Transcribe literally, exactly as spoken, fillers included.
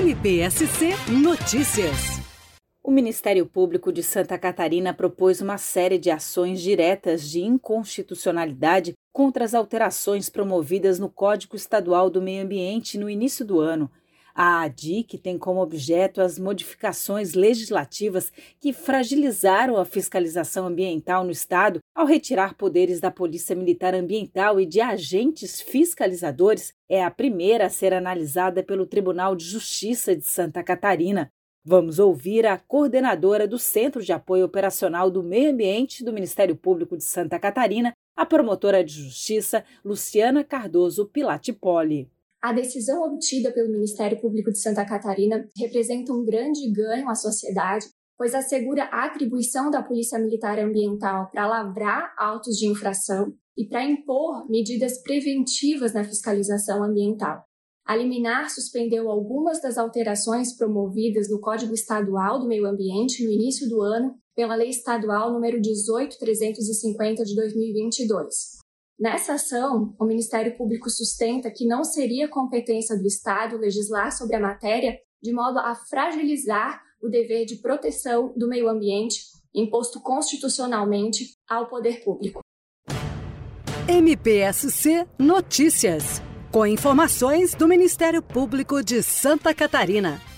M P S C Notícias. O Ministério Público de Santa Catarina propôs uma série de ações diretas de inconstitucionalidade contra as alterações promovidas no Código Estadual do Meio Ambiente no início do ano. A A D I C tem como objeto as modificações legislativas que fragilizaram a fiscalização ambiental no Estado ao retirar poderes da Polícia Militar Ambiental e de agentes fiscalizadores. É a primeira a ser analisada pelo Tribunal de Justiça de Santa Catarina. Vamos ouvir a coordenadora do Centro de Apoio Operacional do Meio Ambiente do Ministério Público de Santa Catarina, a promotora de Justiça, Luciana Cardoso Pilatipoli. A decisão obtida pelo Ministério Público de Santa Catarina representa um grande ganho à sociedade, pois assegura a atribuição da Polícia Militar Ambiental para lavrar autos de infração e para impor medidas preventivas na fiscalização ambiental. A liminar suspendeu algumas das alterações promovidas no Código Estadual do Meio Ambiente no início do ano pela Lei Estadual número dezoito mil trezentos e cinquenta de dois mil e vinte e dois. Nessa ação, o Ministério Público sustenta que não seria competência do Estado legislar sobre a matéria de modo a fragilizar o dever de proteção do meio ambiente imposto constitucionalmente ao poder público. M P S C Notícias, com informações do Ministério Público de Santa Catarina.